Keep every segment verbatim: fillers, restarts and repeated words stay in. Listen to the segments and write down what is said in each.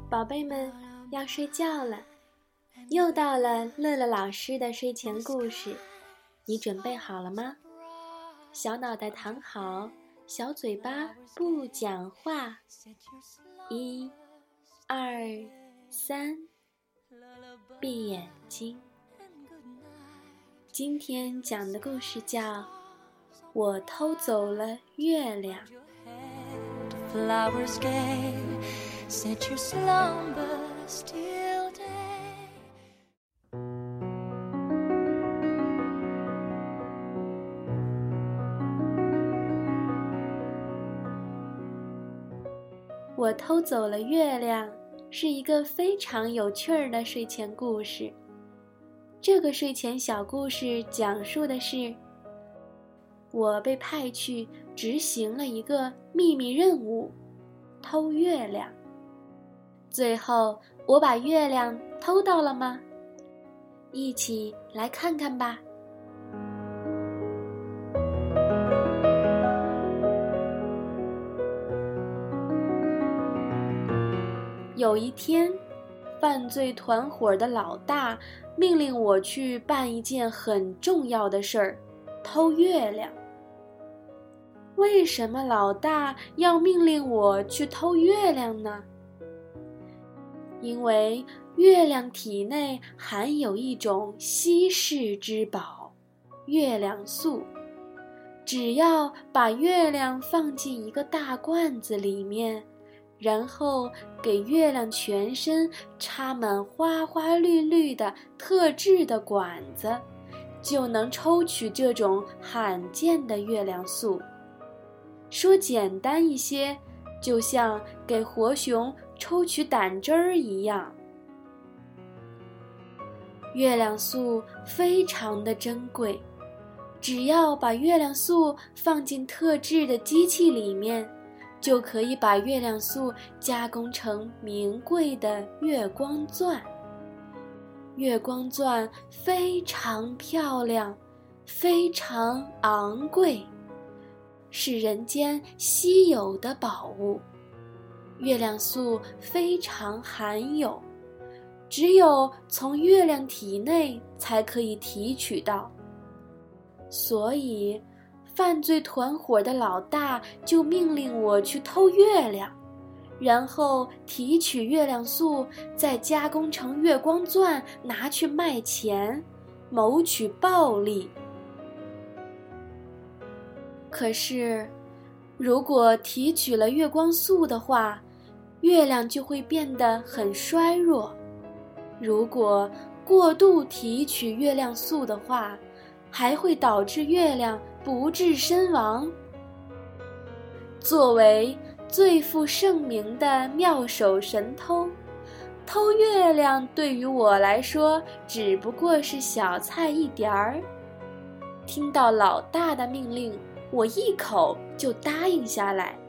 宝贝们要睡觉了，又到了乐乐老师的睡前故事，你准备好了吗？小脑袋躺好，小嘴巴不讲话。一、二、三，闭眼睛。今天讲的故事叫《我偷走了月亮》。 Flowers gay, set your slumbers till day. 我偷走了月亮是一个非常有趣儿的睡前故事。这个睡前小故事讲述的是，我被派去执行了一个秘密任务，偷月亮。最后，我把月亮偷到了吗？一起来看看吧。有一天，犯罪团伙的老大命令我去办一件很重要的事儿，偷月亮。为什么老大要命令我去偷月亮呢？因为月亮体内含有一种稀世之宝——月亮素。只要把月亮放进一个大罐子里面，然后给月亮全身插满花花绿绿的特制的管子，就能抽取这种罕见的月亮素。说简单一些，就像给活熊抽取胆汁儿一样。月亮素非常的珍贵，只要把月亮素放进特制的机器里面，就可以把月亮素加工成名贵的月光钻。月光钻非常漂亮，非常昂贵，是人间稀有的宝物。月亮素非常罕有，只有从月亮体内才可以提取到。所以犯罪团伙的老大就命令我去偷月亮，然后提取月亮素，再加工成月光钻，拿去卖钱，谋取暴利。可是，如果提取了月光素的话，月亮就会变得很衰弱；如果过度提取月亮素的话，还会导致月亮不治身亡。作为最负盛名的妙手神偷，偷月亮对于我来说只不过是小菜一碟儿。听到老大的命令，我一口就答应下来。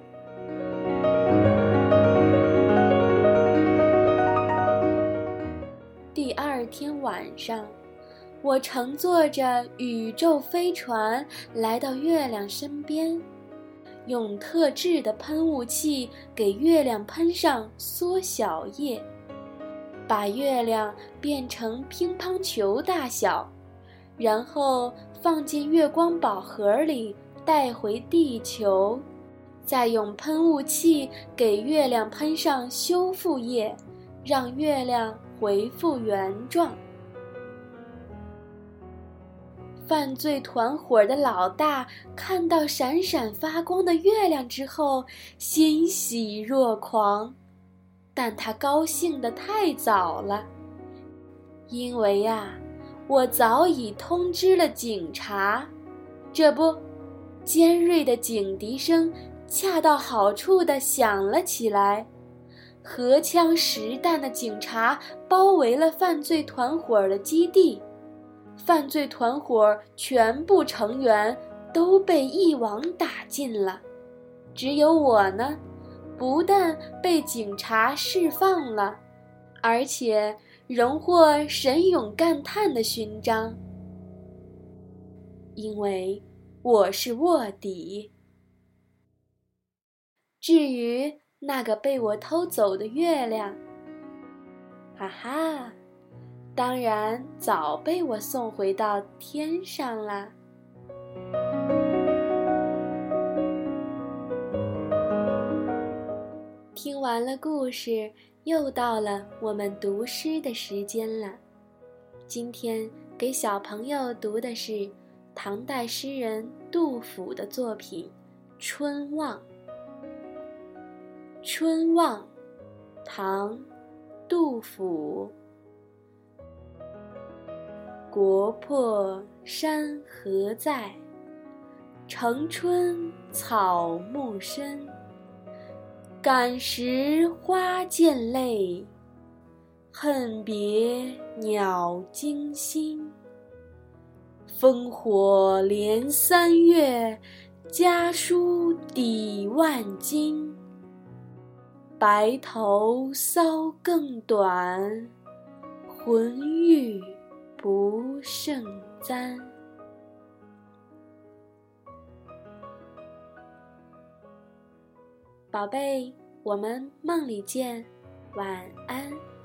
第二天晚上，我乘坐着宇宙飞船来到月亮身边，用特制的喷雾器给月亮喷上缩小液，把月亮变成乒乓球大小，然后放进月光宝盒里带回地球，再用喷雾器给月亮喷上修复液，让月亮恢复原状。犯罪团伙的老大看到闪闪发光的月亮之后，欣喜若狂，但他高兴得太早了，因为呀，我早已通知了警察。这不，尖锐的警笛声恰到好处地响了起来，荷枪实弹的警察包围了犯罪团伙的基地。犯罪团伙全部成员都被一网打尽了，只有我呢，不但被警察释放了，而且荣获神勇干探的勋章，因为我是卧底。至于那个被我偷走的月亮， 哈哈，当然早被我送回到天上啦。听完了故事，又到了我们读诗的时间了。今天给小朋友读的是唐代诗人杜甫的作品《春望》。春望，唐，杜甫。国破山河在，城春草木深。感时花溅泪，恨别鸟惊心。烽火连三月，家书抵万金。白头搔更短，浑欲不胜簪。宝贝，我们梦里见，晚安。